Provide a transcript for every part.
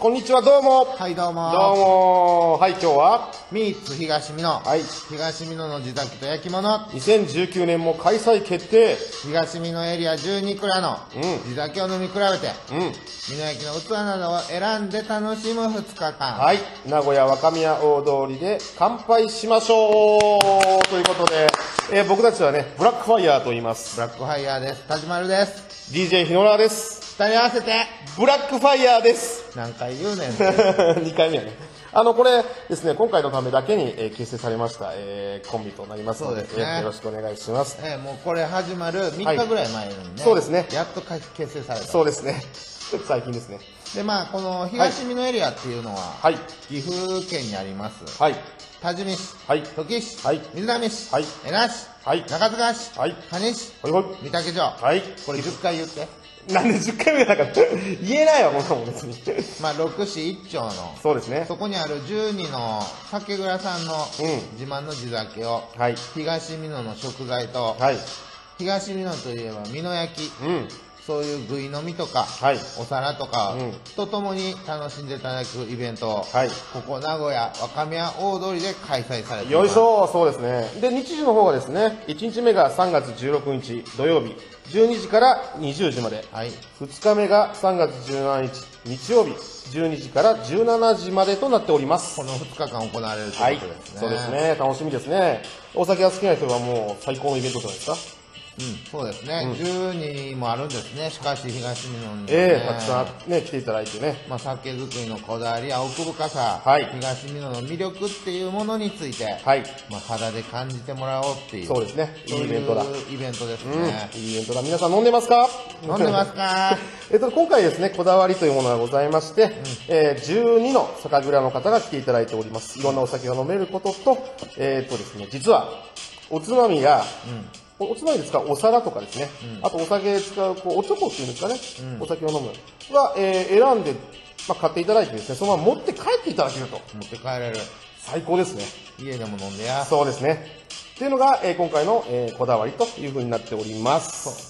こんにちは、どうも。 はい、どうも。 どうも。はい、今日はミーツ東美濃。 はい。 東美濃の自宅と焼き物。 2019年も開催決定。 東美濃エリア12蔵の地酒を飲み比べて、美濃焼の器などを選んで楽しむ2日間。 はい。名古屋若宮大通りで乾杯しましょうということで、僕たちはね、ブラックファイヤーと言います。 ブラックファイヤーです。田島るです。 DJ 日野良です。 二人合わせて、 ブラックファイヤーです。 何回言うねん。 2回目やね。これですね、今回のためだけに、結成されました、コンビとなりますので、 そうですねよろしくお願いします。 もうこれ始まる3日ぐらい前にね、 そうですね。 やっと結成された。 そうですね。最近ですね。 で、まあ、この東美濃エリアっていうのは、 はい。 岐阜県にあります。 はい。 多治見市、 はい。 土岐市、 はい。 水上市、 はい。 江那市、 はい。 中津川市、 はい。 蟹市、 ほいほい。 御嶽城。 はい。 これ10回言って。 なんで10回目だから言えないわ、こんなもん別に。 まあ、6市1町の、 そうですね。 そこにある12の酒蔵さんの自慢の地酒を、 はい。 東美濃の食材と、 はい。 東美濃といえば美濃焼き、そういう具飲みとか、 はい。 お皿とかとともに楽しんでいただくイベントを、 はい。 ここ名古屋若宮大通りで開催されています。 よいしょ、そうですね。で、日時の方がですね、1日目が3月16日土曜日、12時から20時まで。 はい。 2日目が3月17日日曜日、12時から17時までとなっております。 この2日間行われるとはいいうことですね。 そうですね。楽しみですね。お酒が好きな人はもう最高のイベントじゃないですか。 そうですね。12もあるんですね。しかし東美濃に、 たくさんね、来ていただいてね。 まあ、酒造りのこだわりや奥深さ、 はい東美濃の魅力っていうものについて、 はい。 まあ、肌で感じてもらおうっていう。 そうですね。いそういういイベントだ。 イベントですね。 いいイベントだ。皆さん飲んでますか？ 飲んでますか？ 今回ですね、こだわりというものがございまして、12の酒蔵の方が来ていただいております。いろんなお酒が飲めることと、ですね、実は、おつまみや、おつまみで使うお皿とかですね、あとお酒で使うおちょこっていうんですかね、お酒を飲むは、選んで、買っていただいてですね、そのまま持って帰っていただけると。 持って帰れる。 最高ですね。 家でも飲んでや。 そうですね。っていうのが、今回の、こだわりというふうになっております。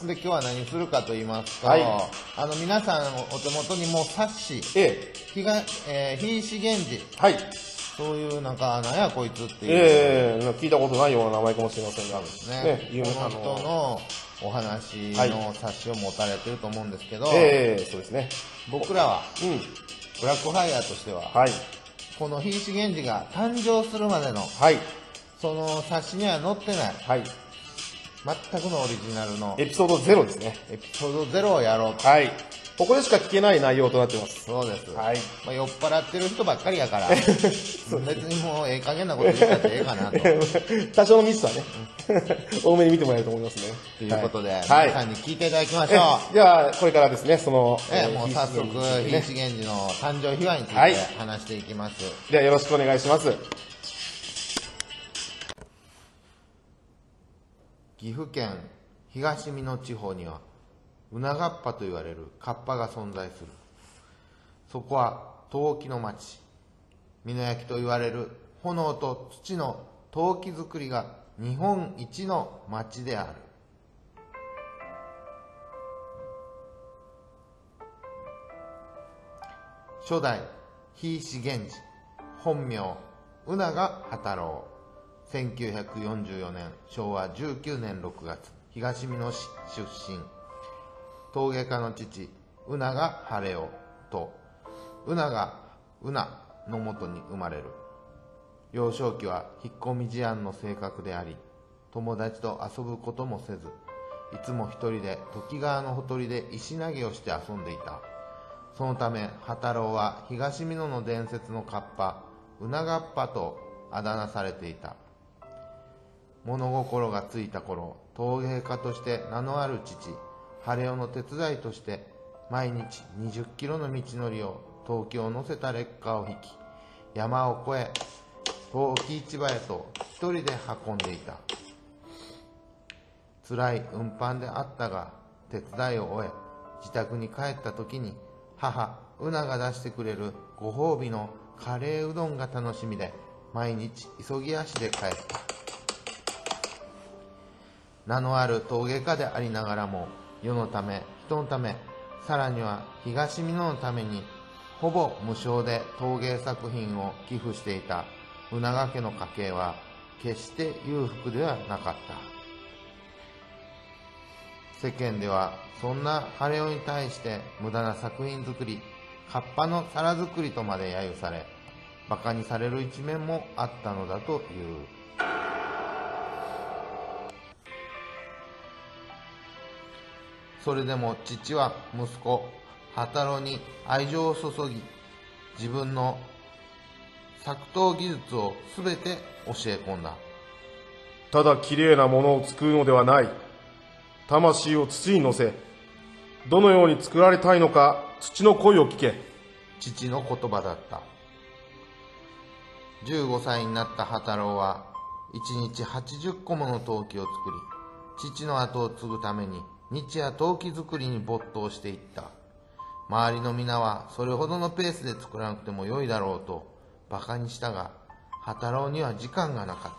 で、今日は何するかと言いますと、 はい皆さんお手元にもう冊子、日資源氏、 はい。 そういうなんやこいつっていう。 聞いたことないような名前かもしれませんが、 有名な人のお話の冊子を持たれてると思うんですけど、 そうですね。 僕らは、ブラックファイヤーとしては、この日資源氏が誕生するまでの、その冊子には載ってない、全くのオリジナルのエピソード0ですね。 エピソード0をやろうと。 ここでしか聞けない内容となっています。 そうです。 はい。 酔っ払ってる人ばっかりやから、別にもうええ加減なこと言ったってええかなと。 多少のミスはね、多めに見てもらえると思いますね。 ということで、皆さんに聞いていただきましょう。では、これからですね、 もう早速、日資源氏の誕生秘話について話していきます。 では、よろしくお願いします。 岐阜県東美濃地方には、うながっぱと言われるカッパが存在する。そこは陶器の町。美濃焼と言われる炎と土の陶器作りが日本一の町である。初代日資源氏、本名宇永波太郎。1944年昭和19年6月、東美濃市出身。陶芸家の父、宇永晴夫と、宇永宇奈のもとに生まれる。幼少期は引っ込み思案の性格であり、友達と遊ぶこともせず、いつも一人で時川のほとりで石投げをして遊んでいた。そのため、波太郎は東美濃の伝説のカッパ、宇永っぱとあだ名されていた。物心がついた頃、陶芸家として名のある父、晴夫の手伝いとして毎日20キロの道のりを陶器を乗せた劣化を引き、山を越え陶器市場へと一人で運んでいた。辛い運搬であったが、手伝いを終え自宅に帰った時に、母うなが出してくれるご褒美のカレーうどんが楽しみで、毎日急ぎ足で帰った。名のある陶芸家でありながらも、世のため、人のため、さらには東美濃のためにほぼ無償で陶芸作品を寄付していた宇永家の家計は決して裕福ではなかった。世間ではそんな晴夫に対して無駄な作品作り、カッパの皿作りとまで揶揄され、馬鹿にされる一面もあったのだという。それでも父は息子波太郎に愛情を注ぎ、自分の作陶技術をすべて教え込んだ。 ただ綺麗なものを作るのではない。魂を土に乗せ、どのように作られたいのか土の声を聞け。 父の言葉だった。15歳になった波太郎は1日80個もの陶器を作り、父の後を継ぐために日夜陶器作りに没頭していった。周りの皆はそれほどのペースで作らなくてもよいだろうと馬鹿にしたが、波太郎には時間がなかった。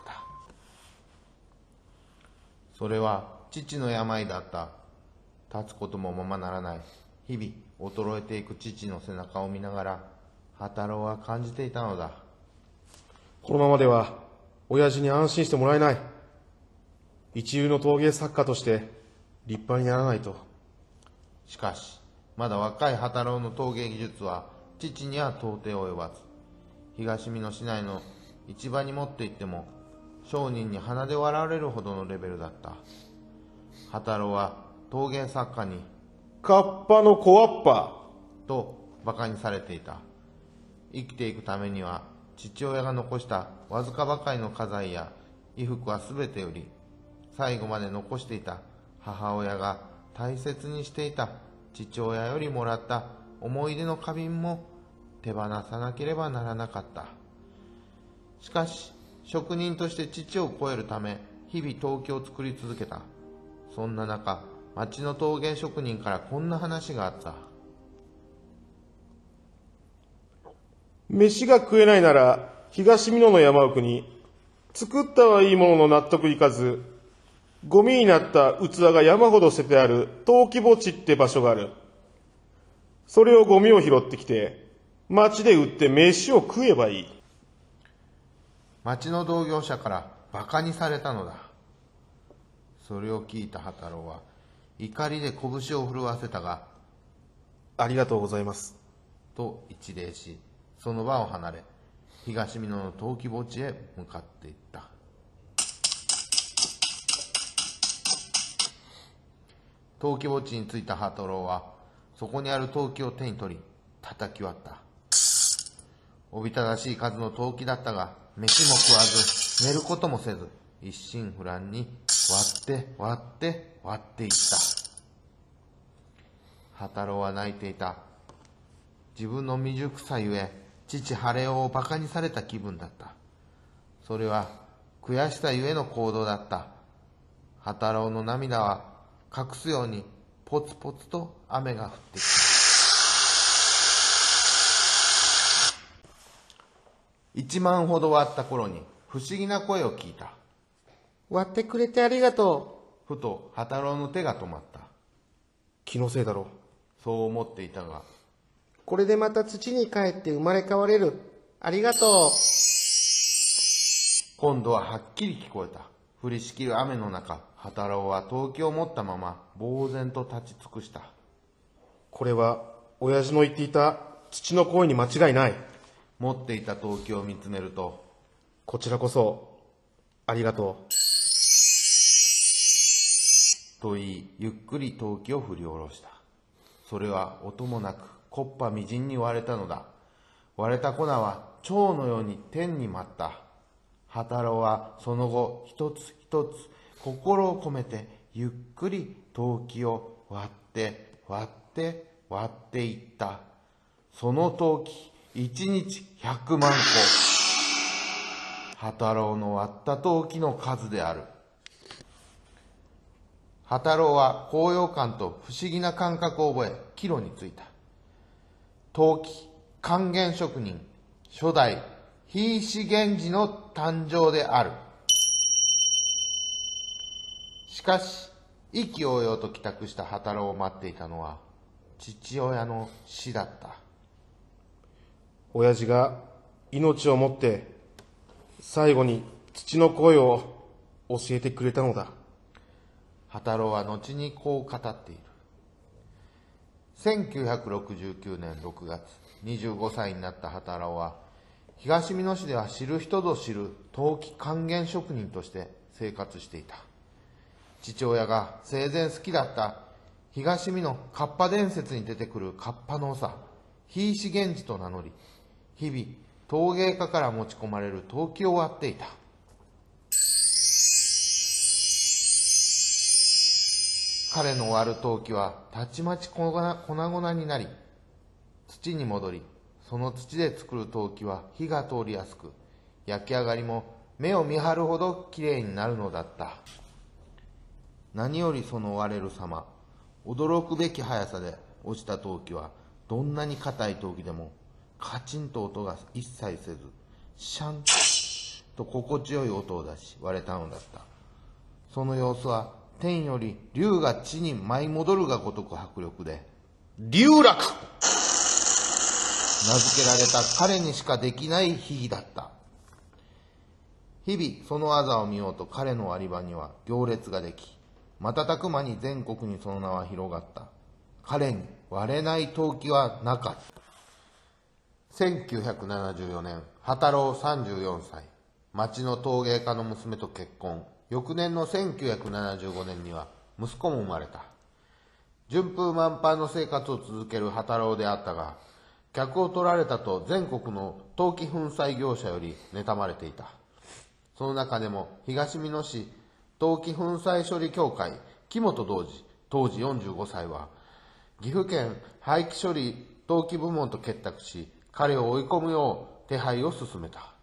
それは父の病だった。立つこともままならない。日々衰えていく父の背中を見ながら波太郎は感じていたのだ。 このままでは親父に安心してもらえない。一流の陶芸作家として立派にならないと。 しかしまだ若い波太郎の陶芸技術は父には到底及ばず、東美濃市内の市場に持って行っても商人に鼻で笑われるほどのレベルだった。波太郎は陶芸作家にカッパの小わっぱと馬鹿にされていた。生きていくためには父親が残したわずかばかりの家財や衣服はすべて売り、最後まで残していた母親が大切にしていた父親よりもらった思い出の花瓶も手放さなければならなかった。しかし職人として父を超えるため日々陶器を作り続けた。そんな中、町の陶芸職人からこんな話があった。 飯が食えないなら東美濃の山奥に作ったはいいものの納得いかずゴミになった器が山ほど捨ててある陶器墓地って場所がある。それをゴミを拾ってきて町で売って飯を食えばいい。 町の同業者から馬鹿にされたのだ。それを聞いた波太郎は怒りで拳を震わせたが、 ありがとうございますと一礼し、その場を離れ東美濃の陶器墓地へ向かっていった。陶器墓地に着いた波太郎はそこにある陶器を手に取り叩き割った。おびただしい数の陶器だったが、飯も食わず寝ることもせず一心不乱に割って割って割っていった。波太郎は泣いていた。自分の未熟さゆえ父晴夫を馬鹿にされた気分だった。それは悔しさゆえの行動だった。波太郎の涙は隠すようにポツポツと雨が降ってきた。1万ほど割った頃に不思議な声を聞いた。 割ってくれてありがとふと波太郎の手が止まった。 気のせいだろう。 そう思っていたが、 これでまた土に帰って生まれ変われる。ありがとう。 今度ははっきり聞こえた。降りしきる雨の中、波太郎は陶器を持ったまま呆然と立ち尽くした。 これは親父の言っていた父の声に間違いない。 持っていた陶器を見つめると、 こちらこそありがとうと言い、ゆっくり陶器を振り下ろした。それは音もなく木っ端みじんに割れたのだ。割れた粉は蝶のように天に舞った。波太郎はその後一つ一つ心を込めてゆっくり陶器を割って割って割っていった。その陶器1日100万個。波太郎の割った陶器の数である。波太郎は高揚感と不思議な感覚を覚え帰路に着いた。陶器還元職人初代日石源氏の誕生である。しかし意気揚々と帰宅した波太郎を待っていたのは父親の死だった。 親父が命をもって最後に父の声を教えてくれたのだ。 波太郎は後にこう語っている。1969年6月、25歳になった波太郎は、東美濃市では知る人ぞ知る陶器還元職人として生活していた。父親が生前好きだった東美濃カッパ伝説に出てくるカッパの長、ひいし源氏と名乗り、日々陶芸家から持ち込まれる陶器を割っていた。彼の割る陶器はたちまち粉々になり、土に戻り、その土で作る陶器は火が通りやすく、焼き上がりも目を見張るほどきれいになるのだった。何よりその割れる様、驚くべき速さで落ちた陶器は、どんなに硬い陶器でもカチンと音が一切せず、シャンと心地よい音を出し割れたのだった。その様子は天より竜が地に舞い戻るがごとく迫力で、 龍楽名付けられた彼にしかできない秘技だった。日々その技を見ようと彼の割り場には行列ができ、瞬く間に全国にその名は広がった。彼に割れない陶器はなかった。1974年、波太郎34歳、町の陶芸家の娘と結婚。翌年の1975年には息子も生まれた。順風満帆の生活を続ける波太郎であったが、客を取られたと全国の陶器粉砕業者より妬まれていた。その中でも東美濃市陶器粉砕処理協会木本道次、当時45歳は、岐阜県廃棄処理陶器部門と結託し、彼を追い込むよう手配を進めた。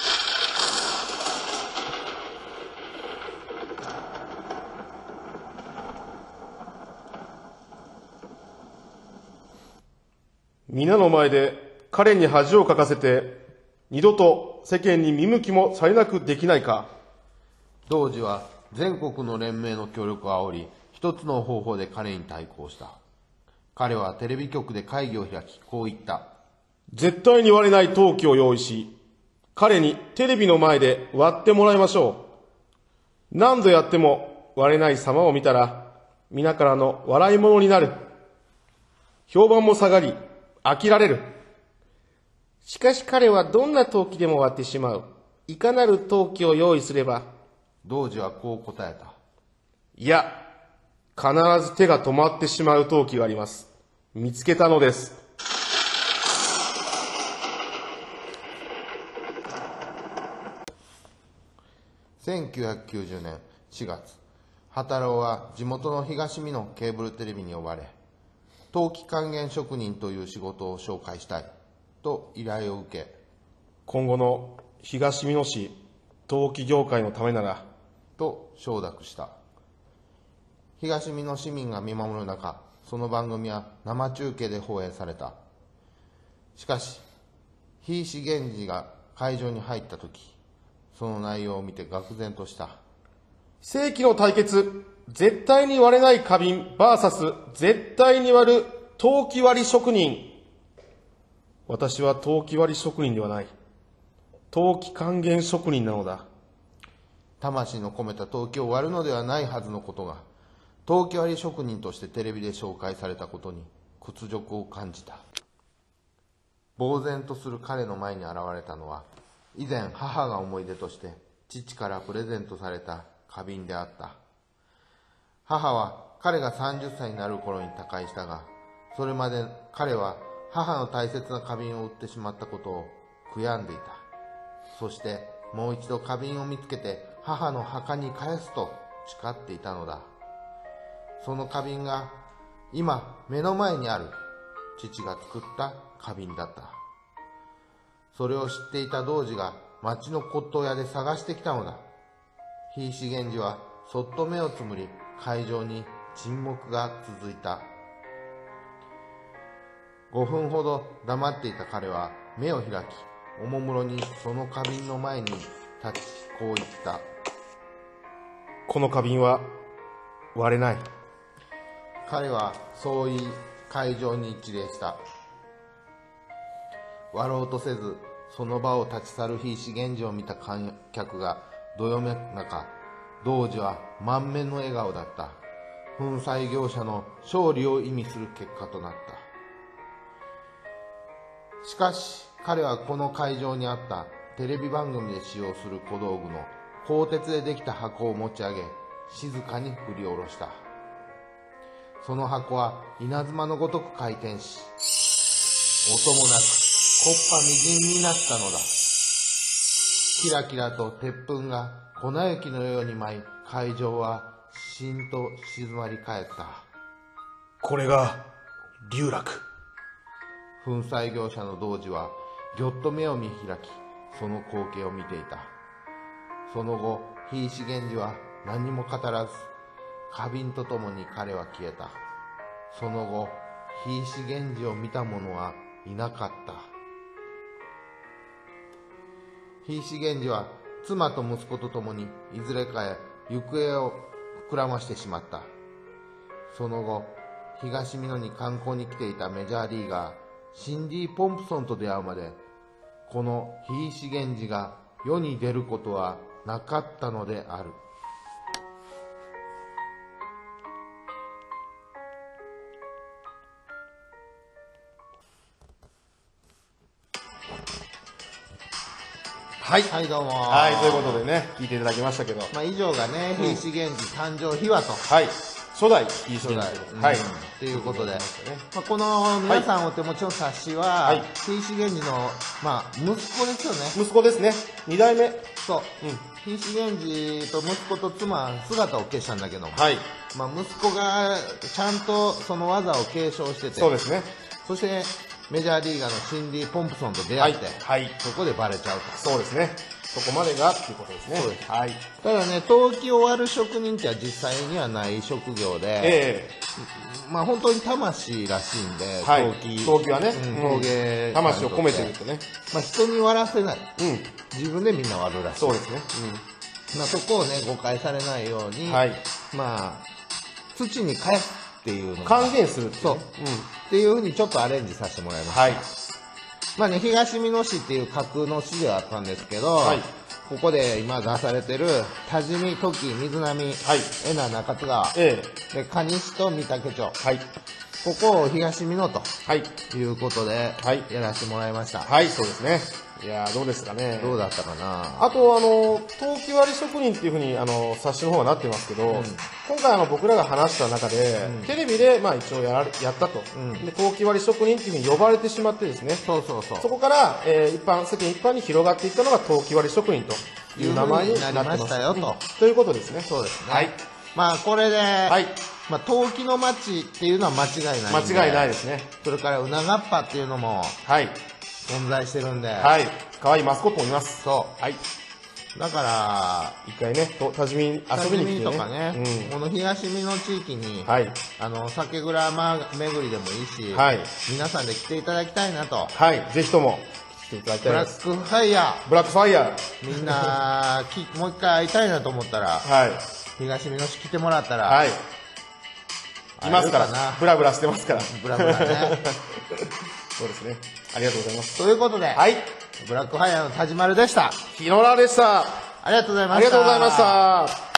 皆の前で彼に恥をかかせて、二度と世間に見向きもされなくできないか。 道次は全国の連盟の協力を仰り、一つの方法で彼に対抗した。彼はテレビ局で会議を開き、こう言った。 絶対に割れない陶器を用意し、彼にテレビの前で割ってもらいましょう。何度やっても割れない様を見たら、皆からの笑い物になる。評判も下がり、飽きられる。しかし彼はどんな陶器でも割ってしまう。いかなる陶器を用意すれば。 道次はこう答えた。 いや、必ず手が止まってしまう陶器があります。見つけたのです。 1990年4月、波太郎は地元の東美濃ケーブルテレビに呼ばれ、陶器還元職人という仕事を紹介したいと依頼を受け、 今後の東美濃市陶器業界のためならと承諾した。東美濃市民が見守る中、その番組は生中継で放映された。しかし、ひいし源氏が会場に入ったとき、その内容を見て愕然とした。 世紀の対決、絶対に割れない花瓶 VS 絶対に割る陶器割り職人。私は陶器割り職人ではない。陶器還元職人なのだ。 魂の込めた陶器を割るのではないはずのことが、陶器割り職人としてテレビで紹介されたことに屈辱を感じた。呆然とする彼の前に現れたのは、以前母が思い出として父からプレゼントされた花瓶であった。母は彼が30歳になる頃に他界したが、それまで彼は母の大切な花瓶を売ってしまったことを悔やんでいた。そしてもう一度花瓶を見つけて母の墓に返すと誓っていたのだ。その花瓶が今目の前にある父が作った花瓶だった。それを知っていた道次が町の骨董屋で探してきたのだ。ひいし源氏はそっと目をつむり、会場に沈黙が続いた。5分ほど黙っていた彼は目を開き、おもむろにその花瓶の前に立ち、こう言った。 この花瓶は割れない。 彼はそう言い会場に一礼した。 割ろうとせず、その場を立ち去る稗史源氏を見た観客がどよめく中、童子は満面の笑顔だった。粉砕業者の勝利を意味する結果となった。しかし、彼はこの会場にあったテレビ番組で使用する小道具の鋼鉄でできた箱を持ち上げ、静かに振り下ろした。その箱は稲妻のごとく回転し、音もなく木っ端みじんになったのだ。キラキラと鉄粉が粉雪のように舞い、会場はしんと静まり返った。 これが龍楽。 粉砕業者の童子はぎょっと目を見開き、その光景を見ていた。その後、稗史源氏は何も語らず、花瓶とともに彼は消えた。その後、稗史源氏を見た者はいなかった。稗史源氏は妻と息子と共にいずれかへ行方を膨らましてしまった。その後、東美濃に観光に来ていたメジャーリーガー、シンディ・ポンプソンと出会うまで、この稗史源氏が世に出ることはなかったのである。 はい。 はい、どうも。 はい、ということでね、聞いていただきましたけど。 まあ、以上がね、稗史源氏誕生秘話と。 はい。初代稗史源氏。はい。 ということで、まあ、この皆さんお手持ちの冊子は、 はい稗史源氏の、まあ、息子ですよね。 息子ですね。二代目。 そう。稗史源氏と息子と妻は姿を消したんだけども、 はい。 まあ、息子がちゃんとその技を継承してて、 そうですね。 そしてメジャーリーガーのシンディ・ポンプソンと出会って、 はい。 そこでバレちゃうと。 そうですね。そこまでがっていうことですね。 そうですはい。 ただね、陶器を割る職人っては実際にはない職業で、 えまあ本当に魂らしいんで、 えはい。陶器はね。 陶芸魂を込めてるってね。 まあ人に割らせない。 うん。 自分でみんな割るらしい。 そうですね。 まあそこをね、誤解されないように、 はい。 まあ、土に返すっていうのが還元するっていうそう。 ね。 っていうふうにちょっとアレンジさせてもらいました。 はい。 まあね、東美濃市っていう架空の市ではあったんですけど、 はいここで今出されてる多治見、土岐、水波、 はい。 恵那、中津川、 えで、蟹市と御嶽町、 はい。 ここを東美濃とはい。 いうことで、 はいやらせてもらいました。 はい、そうですね。いやー、どうですかね。 どうだったかな。 あと、陶器割り職人っていうふうに、冊子の方はなってますけど、今回僕らが話した中で、テレビで、まあ一応やったと。で、陶器割り職人っていうふうに呼ばれてしまってですね、 そうそうそう。 そこから、世間一般に広がっていったのが陶器割り職人という名前になってます。 なりましたよとということですね。 そうですね。 はい。 まあこれで、 はい。 まあ陶器の町っていうのは間違いないんで。 間違いないですね。 それからうながっぱっていうのもはい。 存在してるんで。 はい。可愛いマスコットもいます。 そはい。 う。だから、 一回ね、多治見に遊びに来てね。 とかね、この東美濃地域に、 はい。 酒蔵巡りでもいいし、 はい。 皆さんで来ていただきたいなと。 はい。ぜひとも来ていただきたブラッいです。 クファイヤブラックファイヤー。 ー、みんな、もう一回会いたいなと思ったら、 はい。 東美濃市来てもらったら、 はい。いますから会えるかなブラブラしてますから。 ブラブラね。 そうですね。ありがとうございます。 ということで、 はい。 ブラックファイヤーの田島るでした。 日野良でした。 ありがとうございました。 ありがとうございました。